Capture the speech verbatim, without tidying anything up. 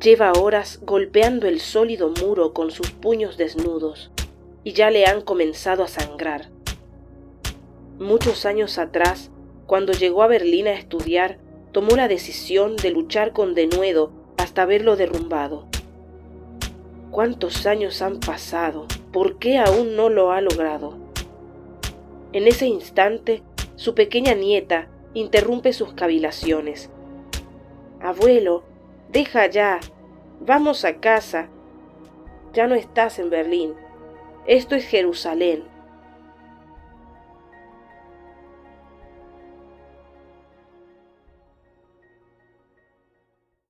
Lleva horas golpeando el sólido muro con sus puños desnudos y ya le han comenzado a sangrar. Muchos años atrás, cuando llegó a Berlín a estudiar, tomó la decisión de luchar con denuedo hasta verlo derrumbado. ¿Cuántos años han pasado? ¿Por qué aún no lo ha logrado? En ese instante, su pequeña nieta interrumpe sus cavilaciones. «Abuelo, deja ya, vamos a casa. Ya no estás en Berlín, esto es Jerusalén».